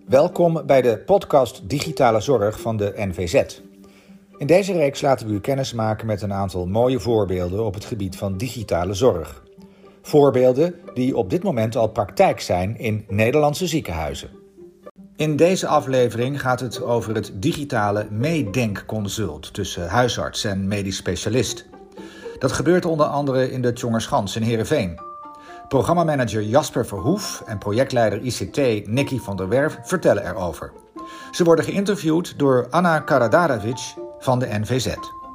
Welkom bij de podcast Digitale Zorg van de NVZ. In deze reeks laten we u kennis maken met een aantal mooie voorbeelden op het gebied van digitale zorg. Voorbeelden die op dit moment al praktijk zijn in Nederlandse ziekenhuizen. In deze aflevering gaat het over het digitale meedenkconsult tussen huisarts en medisch specialist. Dat gebeurt onder andere in de Tjongerschans in Heerenveen. Programmamanager Jasper Verhoef en projectleider ICT Nicky van der Werf vertellen erover. Ze worden geïnterviewd door Anna Karadarevic van de NVZ.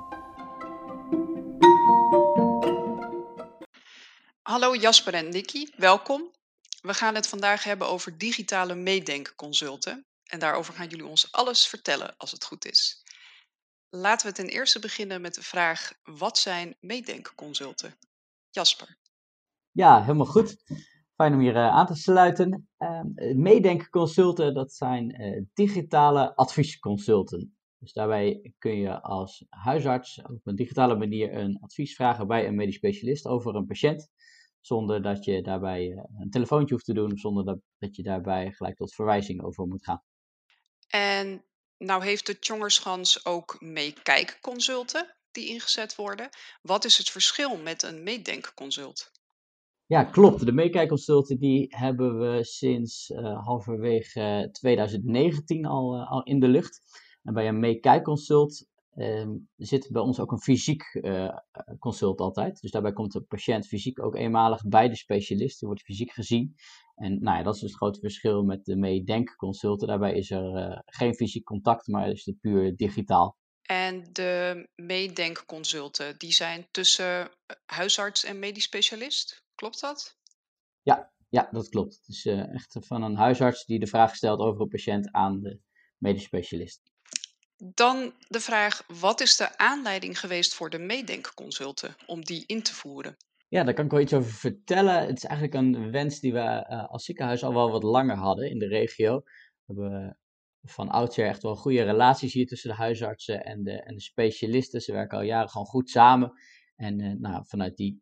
Hallo Jasper en Nicky, welkom. We gaan het vandaag hebben over digitale meedenkconsulten. En daarover gaan jullie ons alles vertellen als het goed is. Laten we ten eerste beginnen met de vraag: wat zijn meedenkconsulten? Jasper. Ja, helemaal goed. Fijn om hier aan te sluiten. Meedenkconsulten, dat zijn digitale adviesconsulten. Dus daarbij kun je als huisarts op een digitale manier een advies vragen bij een medisch specialist over een patiënt. Zonder dat je daarbij een telefoontje hoeft te doen, zonder dat je daarbij gelijk tot verwijzing over moet gaan. En nou heeft de Tjongerschans ook meekijkconsulten die ingezet worden. Wat is het verschil met een meedenkconsult? Ja, klopt. De meekijkconsulten die hebben we sinds halverwege 2019 al in de lucht. En bij een meekijkconsult zit bij ons ook een fysiek consult altijd. Dus daarbij komt de patiënt fysiek ook eenmalig bij de specialist. Die wordt fysiek gezien. En nou ja, dat is dus het grote verschil met de meedenkconsulten. Daarbij is er geen fysiek contact, maar is het puur digitaal. En de meedenkconsulten, die zijn tussen huisarts en medisch specialist. Klopt dat? Ja, dat klopt. Het is echt van een huisarts die de vraag stelt over een patiënt aan de medisch specialist. Dan de vraag: wat is de aanleiding geweest voor de meedenkconsulten om die in te voeren? Ja, daar kan ik wel iets over vertellen. Het is eigenlijk een wens die we als ziekenhuis al wel wat langer hadden in de regio. We hebben van oudsher echt wel goede relaties hier tussen de huisartsen en de specialisten. Ze werken al jaren gewoon goed samen. En vanuit die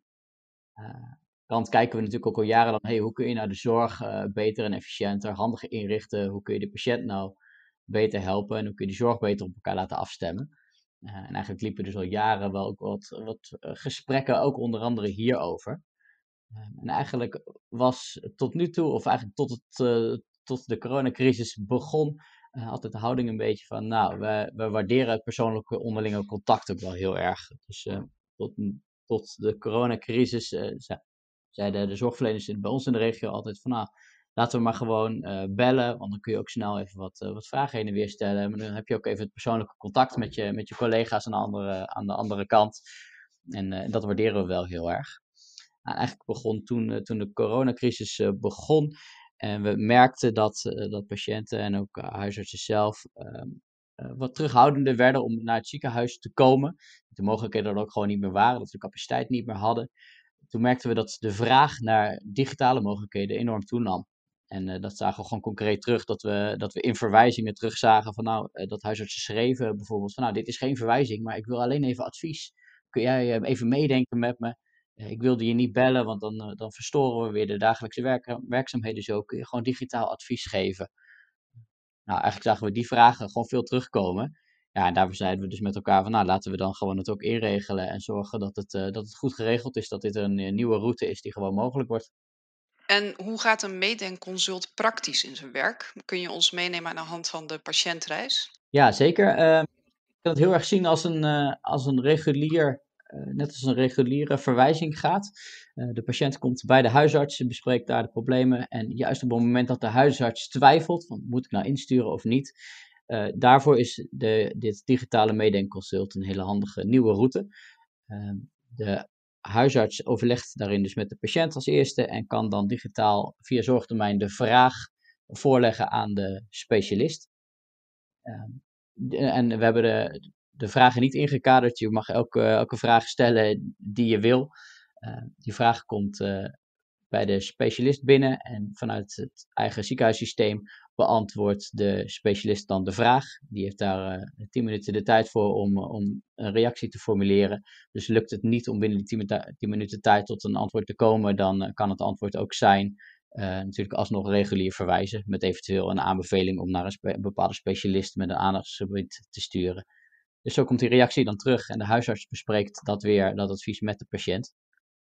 kant kijken we natuurlijk ook al jarenlang, hey, hoe kun je nou de zorg beter en efficiënter, handiger inrichten? Hoe kun je de patiënt nou beter helpen en hoe kun je de zorg beter op elkaar laten afstemmen? En eigenlijk liepen dus al jaren wel ook wat gesprekken, ook onder andere hierover. En eigenlijk was tot nu toe, of eigenlijk tot de coronacrisis begon, altijd de houding een beetje van, nou, we waarderen het persoonlijke onderlinge contact ook wel heel erg. Dus tot de coronacrisis zeiden de zorgverleners bij ons in de regio altijd van, nou, laten we maar gewoon bellen, want dan kun je ook snel even wat vragen heen en weer stellen. Maar dan heb je ook even het persoonlijke contact met je collega's aan de andere kant. En dat waarderen we wel heel erg. Nou, eigenlijk begon toen de coronacrisis begon en we merkten dat patiënten en ook huisartsen zelf wat terughoudender werden om naar het ziekenhuis te komen. De mogelijkheden er ook gewoon niet meer waren, dat we de capaciteit niet meer hadden. Toen merkten we dat de vraag naar digitale mogelijkheden enorm toenam. En dat zagen we gewoon concreet terug, dat we in verwijzingen terugzagen van dat huisartsen schreven bijvoorbeeld van nou, dit is geen verwijzing, maar ik wil alleen even advies. Kun jij even meedenken met me? Ik wilde je niet bellen, want dan verstoren we weer de dagelijkse werkzaamheden zo. Kun je gewoon digitaal advies geven? Nou, eigenlijk zagen we die vragen gewoon veel terugkomen. Ja, en daarvoor zeiden we dus met elkaar van, nou, laten we dan gewoon het ook inregelen en zorgen dat het goed geregeld is, dat dit een nieuwe route is die gewoon mogelijk wordt. En hoe gaat een meedenkconsult praktisch in zijn werk? Kun je ons meenemen aan de hand van de patiëntreis? Ja, zeker. Ik kan het heel erg zien als een net als een reguliere verwijzing gaat. De patiënt komt bij de huisarts, bespreekt daar de problemen. En juist op het moment dat de huisarts twijfelt, van moet ik nou insturen of niet, daarvoor is dit digitale meedenkconsult een hele handige nieuwe route. De huisarts overlegt daarin dus met de patiënt als eerste en kan dan digitaal via zorgtermijn de vraag voorleggen aan de specialist. En we hebben de vragen niet ingekaderd. Je mag elke vraag stellen die je wil. Die vraag komt bij de specialist binnen en vanuit het eigen ziekenhuissysteem beantwoordt de specialist dan de vraag. Die heeft daar 10 minuten de tijd voor om een reactie te formuleren. Dus lukt het niet om binnen die 10 minuten tijd tot een antwoord te komen, dan kan het antwoord ook zijn natuurlijk alsnog regulier verwijzen met eventueel een aanbeveling om naar een bepaalde specialist met een aandachtsgebied te sturen. Dus zo komt die reactie dan terug en de huisarts bespreekt dat advies met de patiënt.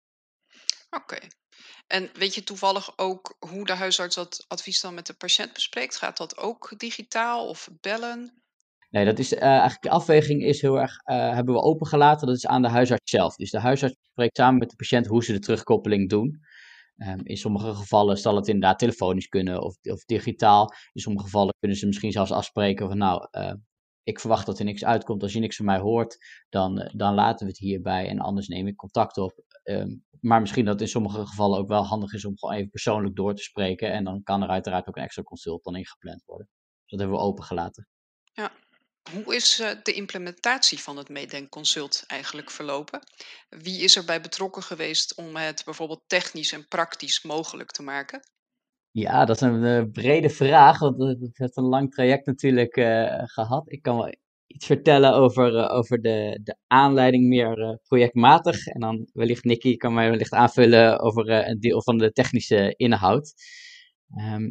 Oké. En weet je toevallig ook hoe de huisarts dat advies dan met de patiënt bespreekt? Gaat dat ook digitaal of bellen? Nee, dat is eigenlijk de afweging is heel erg, hebben we opengelaten. Dat is aan de huisarts zelf. Dus de huisarts spreekt samen met de patiënt hoe ze de terugkoppeling doen. In sommige gevallen zal het inderdaad telefonisch kunnen of digitaal. In sommige gevallen kunnen ze misschien zelfs afspreken van nou, ik verwacht dat er niks uitkomt. Als je niks van mij hoort, dan laten we het hierbij en anders neem ik contact op. Maar misschien dat het in sommige gevallen ook wel handig is om gewoon even persoonlijk door te spreken. En dan kan er uiteraard ook een extra consult dan ingepland worden. Dus dat hebben we opengelaten. Ja. Hoe is de implementatie van het meedenkconsult eigenlijk verlopen? Wie is erbij betrokken geweest om het bijvoorbeeld technisch en praktisch mogelijk te maken? Ja, dat is een brede vraag, want het heeft een lang traject natuurlijk gehad. Ik kan wel iets vertellen over de aanleiding meer projectmatig. En dan wellicht Nicky kan mij wellicht aanvullen over een deel van de technische inhoud. Ehm,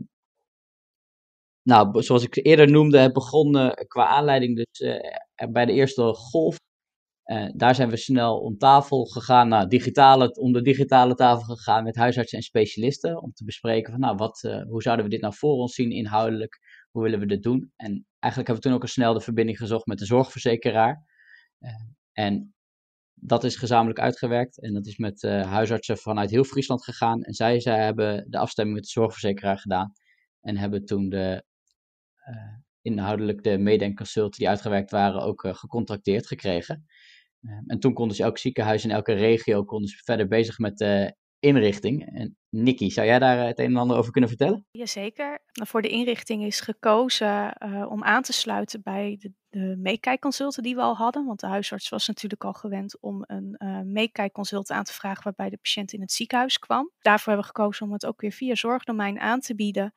nou, zoals ik eerder noemde, het begon qua aanleiding dus bij de eerste golf. Daar zijn we snel om tafel gegaan, om de digitale tafel gegaan met huisartsen en specialisten. Om te bespreken van, nou, hoe zouden we dit nou voor ons zien inhoudelijk? Hoe willen we dit doen? En eigenlijk hebben we toen ook al snel de verbinding gezocht met de zorgverzekeraar. En dat is gezamenlijk uitgewerkt. En dat is met huisartsen vanuit heel Friesland gegaan. En zij hebben de afstemming met de zorgverzekeraar gedaan. En hebben toen inhoudelijk de meedenkconsulten die uitgewerkt waren ook gecontracteerd gekregen. En toen konden ze elk ziekenhuis in elke regio verder bezig met de inrichting. En Nicky, zou jij daar het een en ander over kunnen vertellen? Jazeker. Nou, voor de inrichting is gekozen om aan te sluiten bij de meekijkconsulten die we al hadden. Want de huisarts was natuurlijk al gewend om een meekijkconsult aan te vragen waarbij de patiënt in het ziekenhuis kwam. Daarvoor hebben we gekozen om het ook weer via zorgdomein aan te bieden.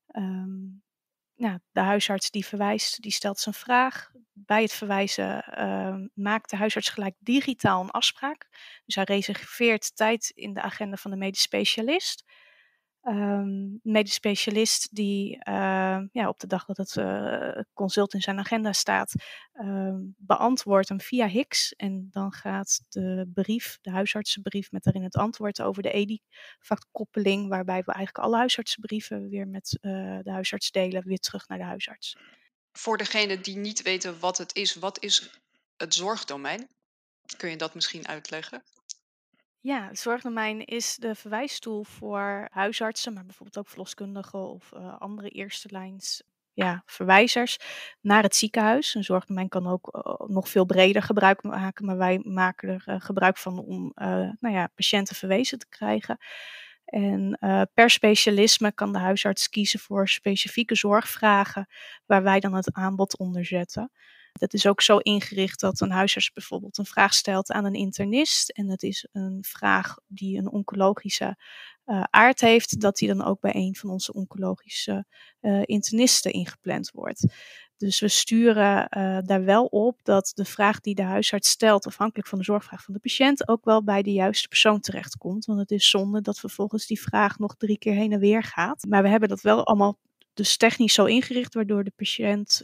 De huisarts die verwijst, die stelt zijn vraag. Bij het verwijzen maakt de huisarts gelijk digitaal een afspraak. Dus hij reserveert tijd in de agenda van de medisch specialist. Medisch specialist die op de dag dat het consult in zijn agenda staat, beantwoordt hem via Hix. En dan gaat de huisartsenbrief met daarin het antwoord over de EDIFACT-koppeling, waarbij we eigenlijk alle huisartsenbrieven weer met de huisarts delen, weer terug naar de huisarts. Voor degenen die niet weten wat is het zorgdomein? Kun je dat misschien uitleggen? Ja, het zorgdomein is de verwijsstoel voor huisartsen, maar bijvoorbeeld ook verloskundigen of andere eerste lijns verwijzers naar het ziekenhuis. Een zorgdomein kan ook nog veel breder gebruik maken, maar wij maken er gebruik van om patiënten verwezen te krijgen. En per specialisme kan de huisarts kiezen voor specifieke zorgvragen waar wij dan het aanbod onder zetten. Dat is ook zo ingericht dat een huisarts bijvoorbeeld een vraag stelt aan een internist. En het is een vraag die een oncologische aard heeft, dat die dan ook bij een van onze oncologische internisten ingepland wordt. Dus we sturen daar wel op dat de vraag die de huisarts stelt, afhankelijk van de zorgvraag van de patiënt, ook wel bij de juiste persoon terechtkomt. Want het is zonde dat vervolgens die vraag nog 3 keer heen en weer gaat. Maar we hebben dat wel allemaal dus technisch zo ingericht, waardoor de patiënt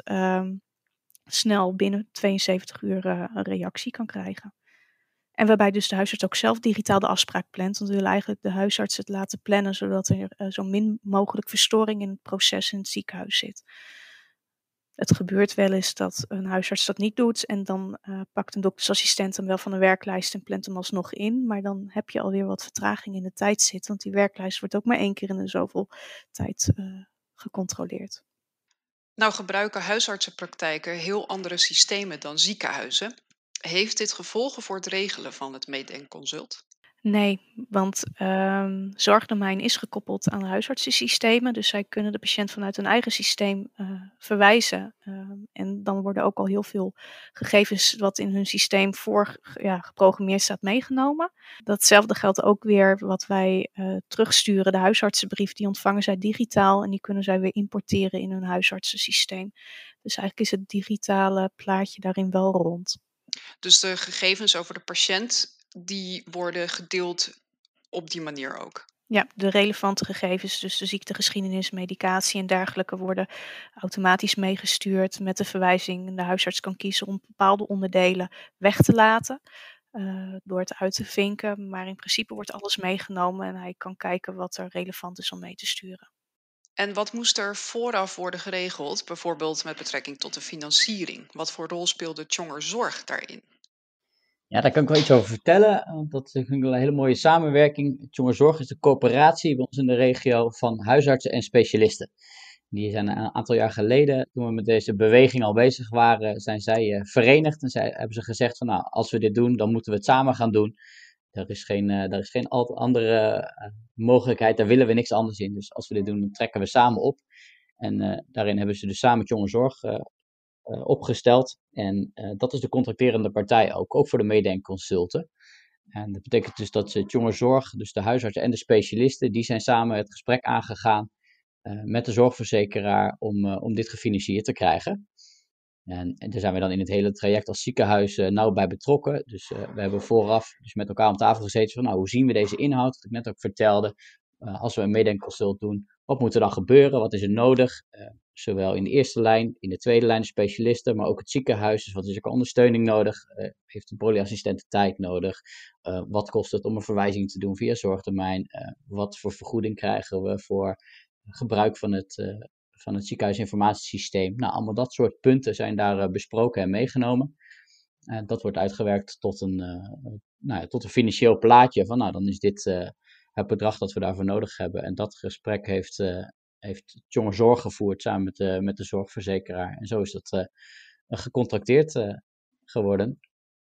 snel binnen 72 uur een reactie kan krijgen. En waarbij dus de huisarts ook zelf digitaal de afspraak plant. Want we willen eigenlijk de huisarts het laten plannen, zodat er zo min mogelijk verstoring in het proces in het ziekenhuis zit. Het gebeurt wel eens dat een huisarts dat niet doet en dan pakt een doktersassistent hem wel van een werklijst en plant hem alsnog in. Maar dan heb je alweer wat vertraging in de tijd zitten, want die werklijst wordt ook maar 1 keer in de zoveel tijd gecontroleerd. Nou gebruiken huisartsenpraktijken heel andere systemen dan ziekenhuizen. Heeft dit gevolgen voor het regelen van het meedenkconsult? Nee, want zorgdomein is gekoppeld aan de huisartsensystemen. Dus zij kunnen de patiënt vanuit hun eigen systeem verwijzen. En dan worden ook al heel veel gegevens wat in hun systeem geprogrammeerd staat meegenomen. Datzelfde geldt ook weer wat wij terugsturen. De huisartsenbrief, die ontvangen zij digitaal en die kunnen zij weer importeren in hun huisartsensysteem. Dus eigenlijk is het digitale plaatje daarin wel rond. Dus de gegevens over de patiënt, die worden gedeeld op die manier ook? Ja, de relevante gegevens, dus de ziektegeschiedenis, medicatie en dergelijke, worden automatisch meegestuurd met de verwijzing. De huisarts kan kiezen om bepaalde onderdelen weg te laten, door het uit te vinken. Maar in principe wordt alles meegenomen en hij kan kijken wat er relevant is om mee te sturen. En wat moest er vooraf worden geregeld, bijvoorbeeld met betrekking tot de financiering? Wat voor rol speelde Tjongerzorg daarin? Ja, daar kan ik wel iets over vertellen, want dat vind ik wel een hele mooie samenwerking. Tjongerzorg is de coöperatie bij ons in de regio van huisartsen en specialisten. Die zijn een aantal jaar geleden, toen we met deze beweging al bezig waren, zijn zij verenigd. En hebben ze gezegd van, nou, als we dit doen, dan moeten we het samen gaan doen. Er is geen andere mogelijkheid, daar willen we niks anders in. Dus als we dit doen, dan trekken we samen op. En daarin hebben ze dus samen Tjongerzorg opgesteld. En dat is de contracterende partij ook voor de meedenkconsulten. En dat betekent dus dat Tjongerzorg, dus de huisartsen en de specialisten, die zijn samen het gesprek aangegaan met de zorgverzekeraar om dit gefinancierd te krijgen. En daar zijn we dan in het hele traject als ziekenhuis nauw bij betrokken. Dus we hebben vooraf dus met elkaar om tafel gezeten van, nou, hoe zien we deze inhoud? Wat ik net ook vertelde. Als we een meedenkconsult doen, wat moet er dan gebeuren? Wat is er nodig? Zowel in de eerste lijn, in de tweede lijn de specialisten, maar ook het ziekenhuis. Dus wat is er ondersteuning nodig? Heeft een polyassistent tijd nodig? Wat kost het om een verwijzing te doen via zorgtermijn? Wat voor vergoeding krijgen we voor gebruik van het ziekenhuisinformatiesysteem? Nou, allemaal dat soort punten zijn daar besproken en meegenomen. Dat wordt uitgewerkt tot tot een financieel plaatje van, nou, dan is dit het bedrag dat we daarvoor nodig hebben. En dat gesprek heeft Tjongerzorg gevoerd samen met de zorgverzekeraar. En zo is dat gecontracteerd geworden.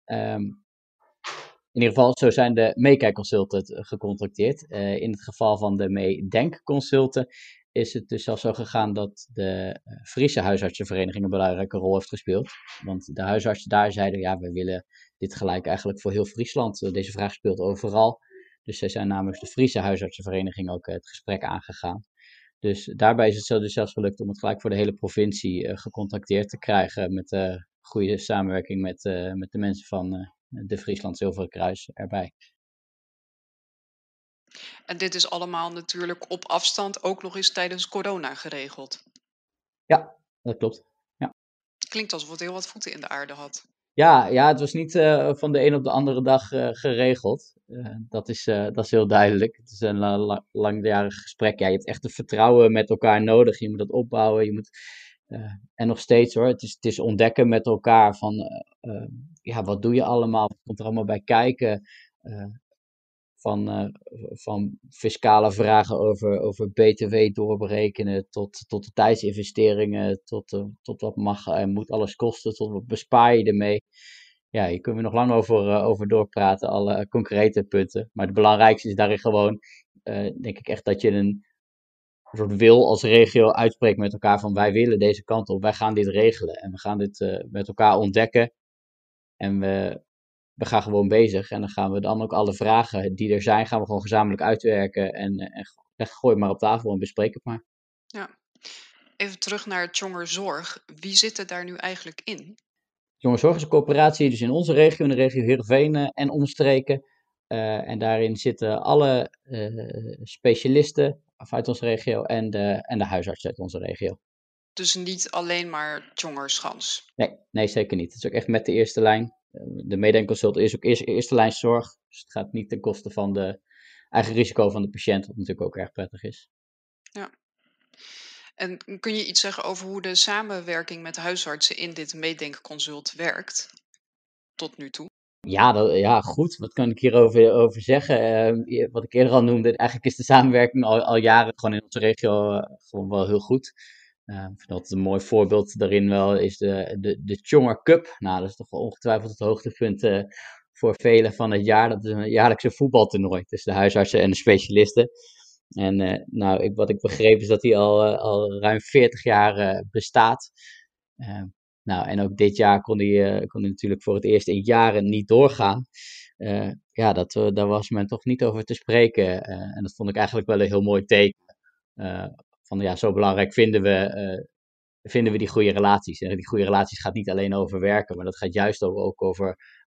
In ieder geval, zo zijn de meekijkconsulten gecontracteerd. In het geval van de meedenkconsulten is het dus zelfs zo gegaan dat de Friese huisartsenvereniging een belangrijke rol heeft gespeeld. Want de huisartsen daar zeiden, ja, we willen dit gelijk eigenlijk voor heel Friesland. Deze vraag speelt overal. Dus zij zijn namens de Friese huisartsenvereniging ook het gesprek aangegaan. Dus daarbij is het zo dus zelfs gelukt om het gelijk voor de hele provincie gecontacteerd te krijgen met goede samenwerking met de mensen van de Friesland Zilveren Kruis erbij. En dit is allemaal natuurlijk op afstand ook nog eens tijdens corona geregeld. Ja, dat klopt. Ja. Klinkt alsof het heel wat voeten in de aarde had. Ja, het was niet van de een op de andere dag geregeld. Dat is heel duidelijk. Het is een langjarig gesprek. Ja, je hebt echt het vertrouwen met elkaar nodig. Je moet dat opbouwen. En nog steeds hoor, het is ontdekken met elkaar van, wat doe je allemaal? Wat komt er allemaal bij kijken? Van fiscale vragen over BTW doorberekenen, tot de tijdsinvesteringen, tot wat mag en moet alles kosten, tot wat bespaar je ermee. Ja, hier kunnen we nog lang over doorpraten, alle concrete punten. Maar het belangrijkste is daarin gewoon, denk ik echt dat je een soort wil als regio uitspreekt met elkaar van wij willen deze kant op, wij gaan dit regelen en we gaan dit met elkaar ontdekken. En we gaan gewoon bezig en dan gaan we dan ook alle vragen die er zijn, gaan we gewoon gezamenlijk uitwerken en gooi het maar op tafel en bespreek het maar. Ja. Even terug naar Tjongerzorg. Wie zit er daar nu eigenlijk in? Tjongerzorg is een coöperatie dus in onze regio, in de regio Heerenveen en omstreken. En daarin zitten alle specialisten uit onze regio en de huisartsen uit onze regio. Dus niet alleen maar Tjongerschans? Nee, zeker niet. Het is ook echt met de eerste lijn. De meedenkconsult is ook eerste lijn zorg. Dus het gaat niet ten koste van de eigen risico van de patiënt, wat natuurlijk ook erg prettig is. Ja. En kun je iets zeggen over hoe de samenwerking met huisartsen in dit meedenkconsult werkt? Tot nu toe. Ja, goed. Wat kan ik hierover zeggen? Wat ik eerder al noemde, eigenlijk is de samenwerking al jaren gewoon in onze regio gewoon wel heel goed. Ik vind dat een mooi voorbeeld daarin wel is de Tjonger Cup. Nou, dat is toch wel ongetwijfeld het hoogtepunt voor velen van het jaar. Dat is een jaarlijkse voetbaltoernooi tussen de huisartsen en de specialisten. En wat ik begreep is dat die al ruim 40 jaar bestaat. En ook dit jaar kon hij natuurlijk voor het eerst in jaren niet doorgaan. Daar was men toch niet over te spreken. En dat vond ik eigenlijk wel een heel mooi teken. Zo belangrijk vinden we die goede relaties. En die goede relaties gaat niet alleen over werken, maar dat gaat juist ook over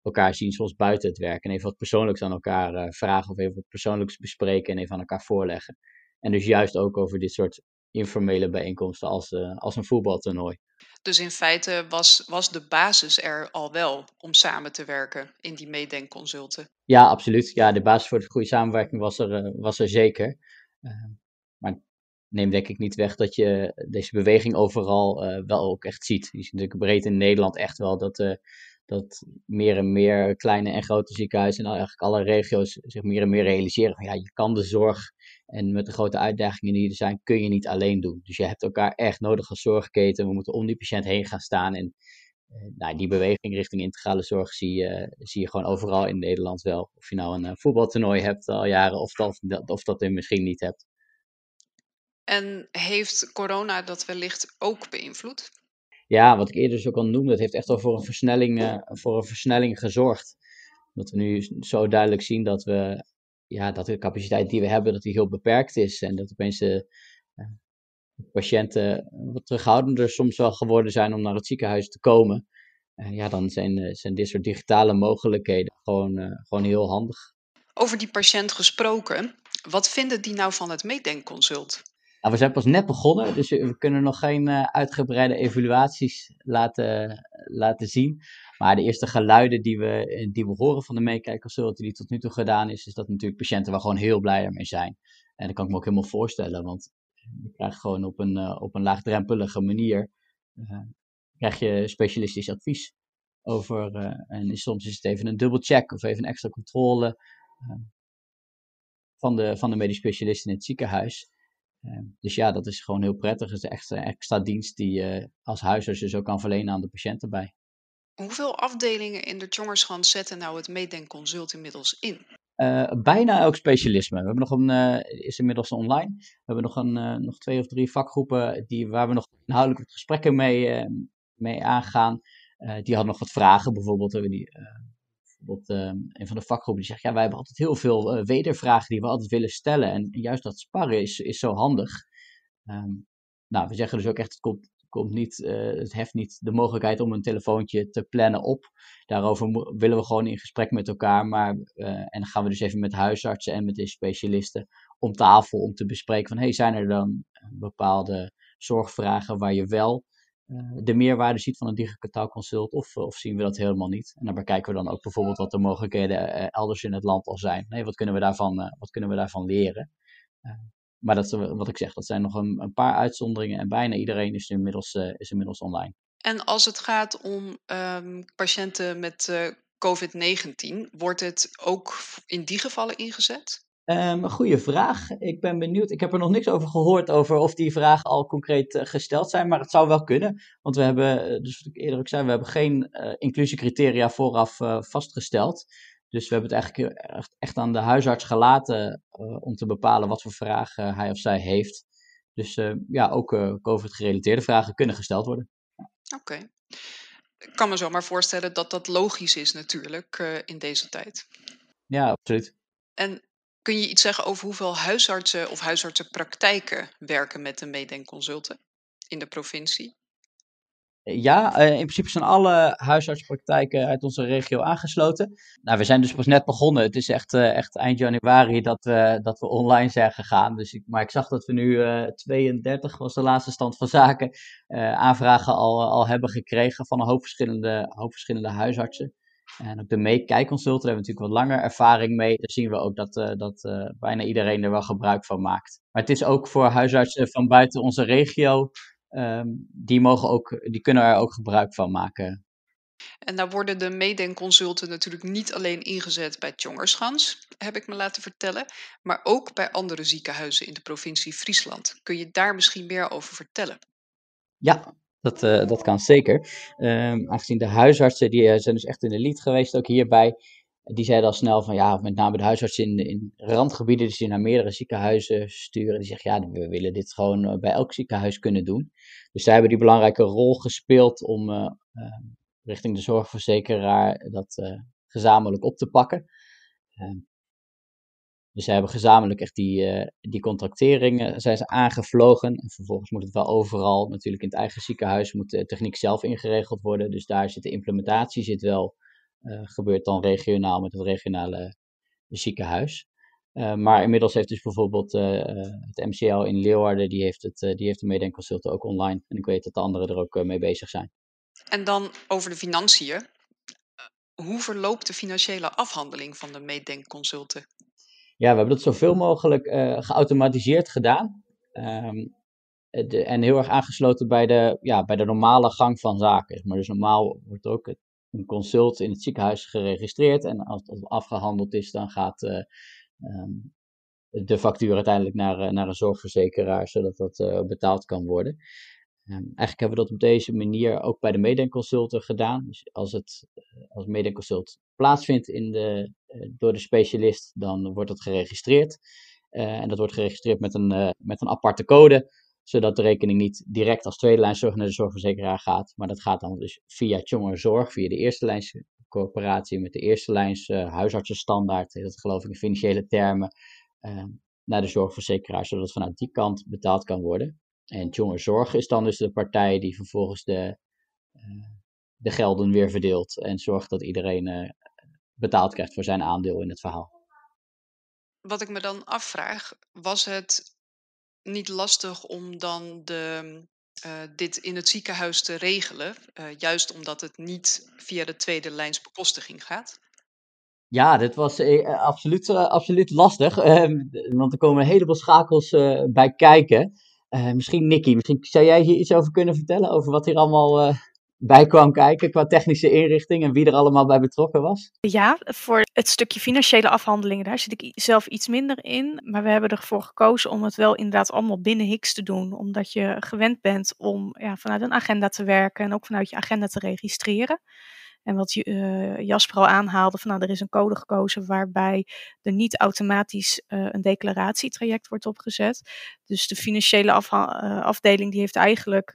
elkaar zien zoals buiten het werk. En even wat persoonlijks aan elkaar vragen of even wat persoonlijks bespreken en even aan elkaar voorleggen. En dus juist ook over dit soort informele bijeenkomsten als een voetbaltoernooi. Dus in feite was de basis er al wel om samen te werken in die meedenkconsulten. Ja, absoluut. Ja, de basis voor de goede samenwerking was er zeker. Maar neem denk ik niet weg dat je deze beweging overal wel ook echt ziet. Je ziet natuurlijk breed in Nederland echt wel dat meer en meer kleine en grote ziekenhuizen en eigenlijk alle regio's zich meer en meer realiseren van ja, je kan de zorg en met de grote uitdagingen die er zijn, kun je niet alleen doen. Dus je hebt elkaar echt nodig als zorgketen. We moeten om die patiënt heen gaan staan. En nou, die beweging richting integrale zorg zie je gewoon overal in Nederland wel. Of je nou een voetbaltoernooi hebt al jaren of dat je misschien niet hebt. En heeft corona dat wellicht ook beïnvloed? Ja, wat ik eerder dus ook al noemde, dat heeft echt wel voor een versnelling gezorgd. Dat we nu zo duidelijk zien dat dat de capaciteit die we hebben, dat die heel beperkt is. En dat opeens de patiënten wat terughoudender soms wel geworden zijn om naar het ziekenhuis te komen. Dan zijn dit soort digitale mogelijkheden gewoon heel handig. Over die patiënt gesproken, wat vinden die nou van het meedenkconsult? Nou, we zijn pas net begonnen, dus we kunnen nog geen uitgebreide evaluaties laten zien. Maar de eerste geluiden die we horen van de meekijkconsult die tot nu toe gedaan is dat natuurlijk patiënten waar gewoon heel blij mee zijn. En dat kan ik me ook helemaal voorstellen, want je krijgt gewoon op een laagdrempelige manier krijg je specialistisch advies over. En soms is het even een dubbelcheck of even een extra controle van de medisch specialist in het ziekenhuis. Dus ja, dat is gewoon heel prettig. Het is echt een extra dienst die je als huisarts dus ook kan verlenen aan de patiënt erbij. Hoeveel afdelingen in de Tjongerschans zetten nou het meedenkconsult inmiddels in? Bijna elk specialisme. We hebben is inmiddels online. We hebben nog 2 of 3 vakgroepen waar we nog inhoudelijke gesprekken mee aangaan. Die hadden nog wat vragen. Bijvoorbeeld een van de vakgroepen die zegt, ja, wij hebben altijd heel veel wedervragen die we altijd willen stellen. En juist dat sparren is zo handig. We zeggen dus ook echt, het heft niet de mogelijkheid om een telefoontje te plannen op. Daarover willen we gewoon in gesprek met elkaar. En dan gaan we dus even met huisartsen en met de specialisten om tafel om te bespreken van, zijn er dan bepaalde zorgvragen waar je wel de meerwaarde ziet van een digitaal consult of zien we dat helemaal niet. En dan bekijken we dan ook bijvoorbeeld wat de mogelijkheden elders in het land al zijn. Wat kunnen we daarvan leren? Maar wat ik zeg, dat zijn nog een paar uitzonderingen en bijna iedereen is inmiddels online. En als het gaat om patiënten met COVID-19, wordt het ook in die gevallen ingezet? Een goede vraag. Ik ben benieuwd. Ik heb er nog niks over gehoord over of die vragen al concreet gesteld zijn, maar het zou wel kunnen. Want we hebben, dus wat ik eerder ook zei, we hebben geen inclusiecriteria vooraf vastgesteld. Dus we hebben het eigenlijk echt aan de huisarts gelaten om te bepalen wat voor vragen hij of zij heeft. Dus ook COVID-gerelateerde vragen kunnen gesteld worden. Oké. Ik kan me zomaar voorstellen dat dat logisch is natuurlijk in deze tijd. Ja, absoluut. En kun je iets zeggen over hoeveel huisartsen of huisartsenpraktijken werken met de meedenkconsulten in de provincie? Ja, in principe zijn alle huisartspraktijken uit onze regio aangesloten. Nou, we zijn dus pas net begonnen. Het is echt eind januari dat we online zijn gegaan. Maar ik zag dat we nu 32, was de laatste stand van zaken, aanvragen al hebben gekregen van een hoop verschillende huisartsen. En op de meekijkconsulten hebben we natuurlijk wat langer ervaring mee. Daar zien we ook dat bijna iedereen er wel gebruik van maakt. Maar het is ook voor huisartsen van buiten onze regio. Die kunnen er ook gebruik van maken. En daar worden de meedenkconsulten natuurlijk niet alleen ingezet bij Tjongerschans, heb ik me laten vertellen, maar ook bij andere ziekenhuizen in de provincie Friesland. Kun je daar misschien meer over vertellen? Ja, dat kan zeker. Aangezien de huisartsen, die zijn dus echt in de lead geweest, ook hierbij. Die zeiden al snel van, ja, met name de huisartsen in randgebieden, dus die naar meerdere ziekenhuizen sturen. Die zeggen, ja, we willen dit gewoon bij elk ziekenhuis kunnen doen. Dus zij hebben die belangrijke rol gespeeld om richting de zorgverzekeraar dat gezamenlijk op te pakken. Dus zij hebben gezamenlijk echt die contractering zijn ze aangevlogen. En vervolgens moet het wel overal, natuurlijk in het eigen ziekenhuis, moet de techniek zelf ingeregeld worden. Dus daar zit de implementatie wel gebeurt dan regionaal met het regionale ziekenhuis. Maar inmiddels heeft dus bijvoorbeeld het MCL in Leeuwarden, die heeft de meedenkconsult ook online. En ik weet dat de anderen er ook mee bezig zijn. En dan over de financiën. Hoe verloopt de financiële afhandeling van de meedenkconsulten? Ja, we hebben dat zoveel mogelijk geautomatiseerd gedaan. En heel erg aangesloten bij de normale gang van zaken. Maar dus normaal wordt ook een consult in het ziekenhuis geregistreerd. En als dat afgehandeld is, dan gaat de factuur uiteindelijk naar een zorgverzekeraar, zodat dat betaald kan worden. Eigenlijk hebben we dat op deze manier ook bij de meedenkconsulten gedaan. Dus als meedenkconsult plaatsvindt door de specialist, dan wordt dat geregistreerd. En dat wordt geregistreerd met een aparte code, zodat de rekening niet direct als tweede lijnszorg naar de zorgverzekeraar gaat. Maar dat gaat dan dus via Tjongerzorg, via de eerste lijns coöperatie met de eerste lijns huisartsenstandaard, heet dat geloof ik in financiële termen, naar de zorgverzekeraar, zodat vanuit die kant betaald kan worden. En Tjongerzorg is dan dus de partij die vervolgens de gelden weer verdeelt en zorgt dat iedereen betaald krijgt voor zijn aandeel in het verhaal. Wat ik me dan afvraag, was het niet lastig om dan dit in het ziekenhuis te regelen? Juist omdat het niet via de tweede lijns bekostiging gaat? Ja, dit was absoluut lastig, want er komen een heleboel schakels bij kijken. Misschien Nicky, zou jij hier iets over kunnen vertellen, over wat hier allemaal bij kwam kijken qua technische inrichting en wie er allemaal bij betrokken was? Ja, voor het stukje financiële afhandelingen, daar zit ik zelf iets minder in. Maar we hebben ervoor gekozen om het wel inderdaad allemaal binnen HIX te doen. Omdat je gewend bent om vanuit een agenda te werken en ook vanuit je agenda te registreren. En wat Jasper al aanhaalde, er is een code gekozen waarbij er niet automatisch een declaratietraject wordt opgezet. Dus de financiële afdeling die heeft eigenlijk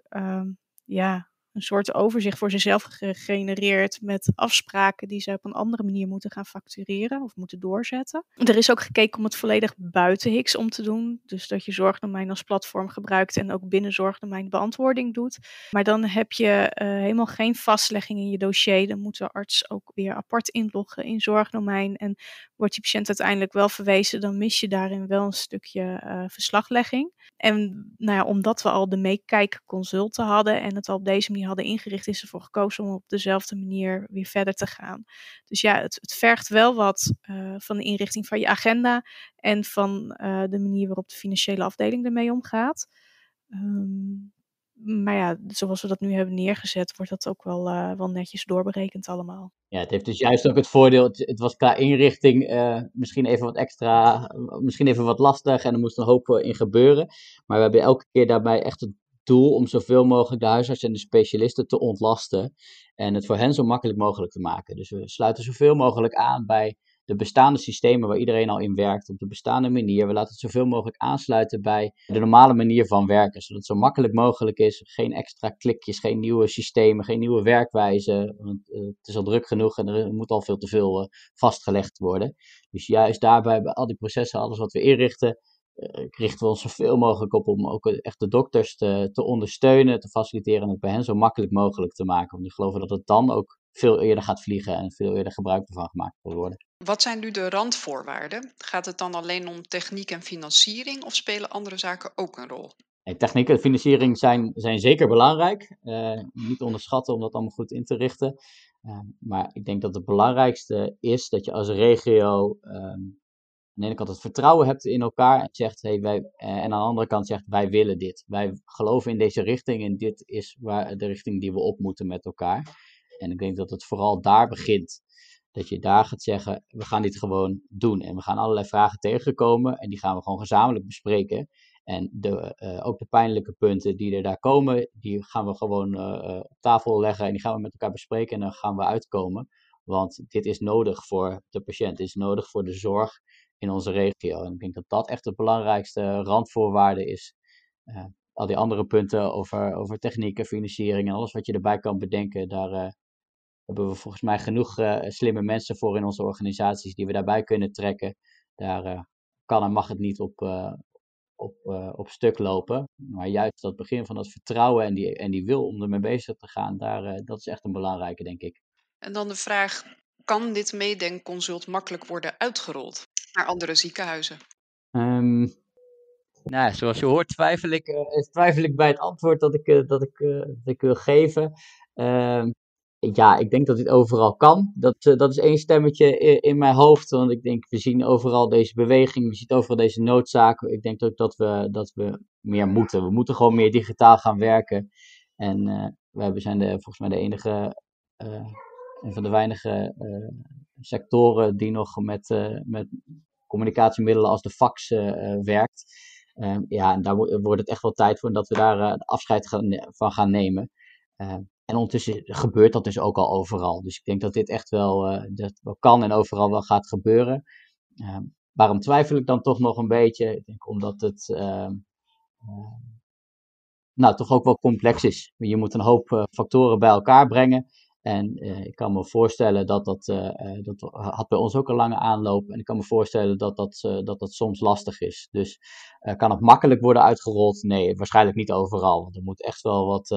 een soort overzicht voor zichzelf gegenereerd met afspraken die ze op een andere manier moeten gaan factureren of moeten doorzetten. Er is ook gekeken om het volledig buiten HIX om te doen. Dus dat je zorgdomein als platform gebruikt en ook binnen zorgdomein beantwoording doet. Maar dan heb je helemaal geen vastlegging in je dossier. Dan moet de arts ook weer apart inloggen in zorgdomein. En wordt die patiënt uiteindelijk wel verwezen, dan mis je daarin wel een stukje verslaglegging. En omdat we al de meekijkconsulten hadden en het al op deze manier hadden ingericht, is ervoor gekozen om op dezelfde manier weer verder te gaan. Dus ja, het vergt wel wat van de inrichting van je agenda en van de manier waarop de financiële afdeling ermee omgaat. Maar ja, zoals we dat nu hebben neergezet, wordt dat ook wel netjes doorberekend allemaal. Ja, het heeft dus juist ook het voordeel, het was qua inrichting misschien even wat extra, misschien even wat lastig en er moest een hoop in gebeuren. Maar we hebben elke keer daarbij echt het doel om zoveel mogelijk de huisartsen en de specialisten te ontlasten en het voor hen zo makkelijk mogelijk te maken. Dus we sluiten zoveel mogelijk aan bij de bestaande systemen waar iedereen al in werkt, op de bestaande manier. We laten het zoveel mogelijk aansluiten bij de normale manier van werken, zodat het zo makkelijk mogelijk is. Geen extra klikjes, geen nieuwe systemen, geen nieuwe werkwijzen. Want het is al druk genoeg en er moet al veel te veel vastgelegd worden. Dus juist daarbij, bij al die processen, alles wat we inrichten, richten we ons zoveel mogelijk op om ook echt de dokters te ondersteunen, te faciliteren en het bij hen zo makkelijk mogelijk te maken. Want we geloven dat het dan ook veel eerder gaat vliegen en veel eerder gebruik ervan gemaakt wil worden. Wat zijn nu de randvoorwaarden? Gaat het dan alleen om techniek en financiering of spelen andere zaken ook een rol? Nee, techniek en financiering zijn zeker belangrijk. Niet onderschatten om dat allemaal goed in te richten. Maar ik denk dat het belangrijkste is dat je als regio aan de ene kant het vertrouwen hebt in elkaar en zegt, hey, en aan de andere kant zegt, wij willen dit. Wij geloven in deze richting en dit is de richting die we op moeten met elkaar. En ik denk dat het vooral daar begint. Dat je daar gaat zeggen, we gaan dit gewoon doen. En we gaan allerlei vragen tegenkomen en die gaan we gewoon gezamenlijk bespreken. En ook de pijnlijke punten die er daar komen, die gaan we gewoon op tafel leggen en die gaan we met elkaar bespreken en dan gaan we uitkomen. Want dit is nodig voor de patiënt, dit is nodig voor de zorg in onze regio. En ik denk dat dat echt de belangrijkste randvoorwaarde is. Al die andere punten over techniek en financiering en alles wat je erbij kan bedenken, daar hebben we volgens mij genoeg slimme mensen voor in onze organisaties die we daarbij kunnen trekken. Daar kan en mag het niet op stuk lopen. Maar juist dat begin van dat vertrouwen en die wil om ermee bezig te gaan, dat is echt een belangrijke, denk ik. En dan de vraag, kan dit meedenkconsult makkelijk worden uitgerold naar andere ziekenhuizen? Nou, zoals je hoort twijfel ik bij het antwoord dat ik wil geven. Ja, ik denk dat dit overal kan. Dat is één stemmetje in mijn hoofd. Want ik denk, we zien overal deze beweging. We zien overal deze noodzaak. Ik denk ook dat we meer moeten. We moeten gewoon meer digitaal gaan werken. En we zijn volgens mij de enige, een van de weinige sectoren die nog met communicatiemiddelen als de fax werkt. Ja, en daar wordt het echt wel tijd voor dat we daar afscheid van gaan nemen. En ondertussen gebeurt dat dus ook al overal. Dus ik denk dat dit echt dat wel kan en overal wel gaat gebeuren. Waarom twijfel ik dan toch nog een beetje? Ik denk omdat het toch ook wel complex is. Je moet een hoop factoren bij elkaar brengen. En ik kan me voorstellen dat had bij ons ook een lange aanloop. En ik kan me voorstellen dat soms lastig is. Dus kan het makkelijk worden uitgerold? Nee, waarschijnlijk niet overal. Want er moet echt wel wat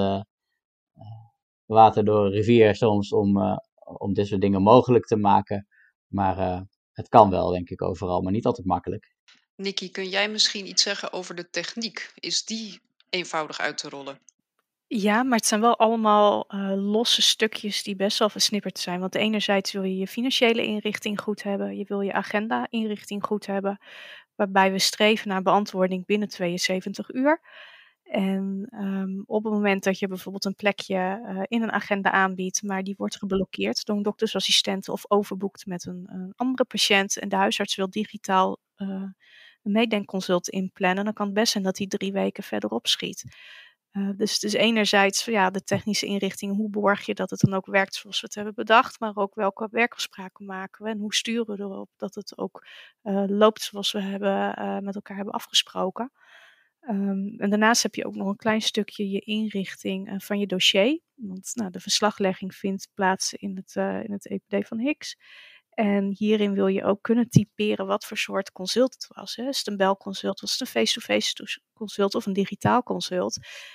water door een rivier soms om dit soort dingen mogelijk te maken. Maar het kan wel, denk ik, overal. Maar niet altijd makkelijk. Nikki, kun jij misschien iets zeggen over de techniek? Is die eenvoudig uit te rollen? Ja, maar het zijn wel allemaal losse stukjes die best wel versnipperd zijn. Want enerzijds wil je je financiële inrichting goed hebben. Je wil je agenda-inrichting goed hebben. Waarbij we streven naar beantwoording binnen 72 uur. En op het moment dat je bijvoorbeeld een plekje in een agenda aanbiedt, maar die wordt geblokkeerd door een doktersassistent of overboekt met een andere patiënt en de huisarts wil digitaal een meedenkconsult inplannen, dan kan het best zijn dat hij 3 weken verderop schiet. Dus enerzijds de technische inrichting, hoe borg je dat het dan ook werkt zoals we het hebben bedacht, maar ook welke werkafspraken maken we en hoe sturen we erop dat het ook loopt zoals we met elkaar hebben afgesproken. En daarnaast heb je ook nog een klein stukje je inrichting van je dossier. Want de verslaglegging vindt plaats in het EPD van Hicks. En hierin wil je ook kunnen typeren wat voor soort consult het was. Hè. Is het een belconsult, was het een face-to-face consult of een digitaal consult?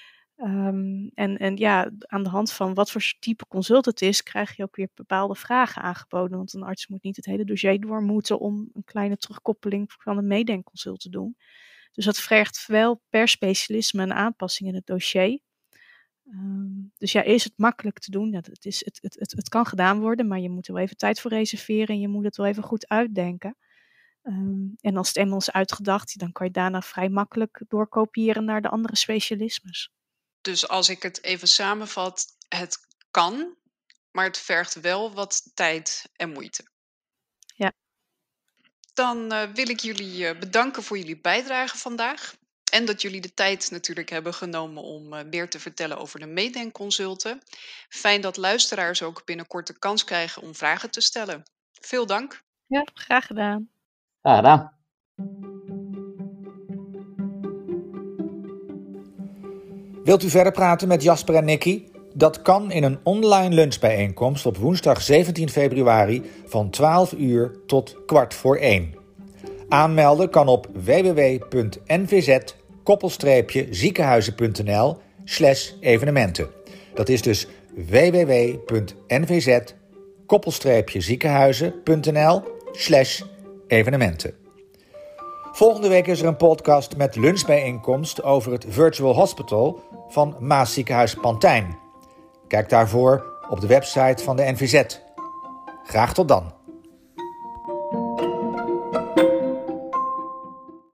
Aan de hand van wat voor type consult het is, krijg je ook weer bepaalde vragen aangeboden. Want een arts moet niet het hele dossier door moeten om een kleine terugkoppeling van een meedenkconsult te doen. Dus dat vergt wel per specialisme een aanpassing in het dossier. Dus ja, is het makkelijk te doen? Het kan gedaan worden, maar je moet er wel even tijd voor reserveren en je moet het wel even goed uitdenken. En als het eenmaal is uitgedacht, dan kan je daarna vrij makkelijk doorkopiëren naar de andere specialismes. Dus als ik het even samenvat, het kan, maar het vergt wel wat tijd en moeite. Ja. Dan wil ik jullie bedanken voor jullie bijdrage vandaag. En dat jullie de tijd natuurlijk hebben genomen om meer te vertellen over de meedenkconsulten. Fijn dat luisteraars ook binnenkort de kans krijgen om vragen te stellen. Veel dank. Ja, graag gedaan. Graag gedaan. Wilt u verder praten met Jasper en Nikki? Dat kan in een online lunchbijeenkomst op woensdag 17 februari van 12 uur tot 1:15. Aanmelden kan op www.nvz-ziekenhuizen.nl/evenementen. Dat is dus www.nvz-ziekenhuizen.nl/evenementen. Volgende week is er een podcast met lunchbijeenkomst over het Virtual Hospital van Maasziekenhuis Pantijn. Kijk daarvoor op de website van de NVZ. Graag tot dan.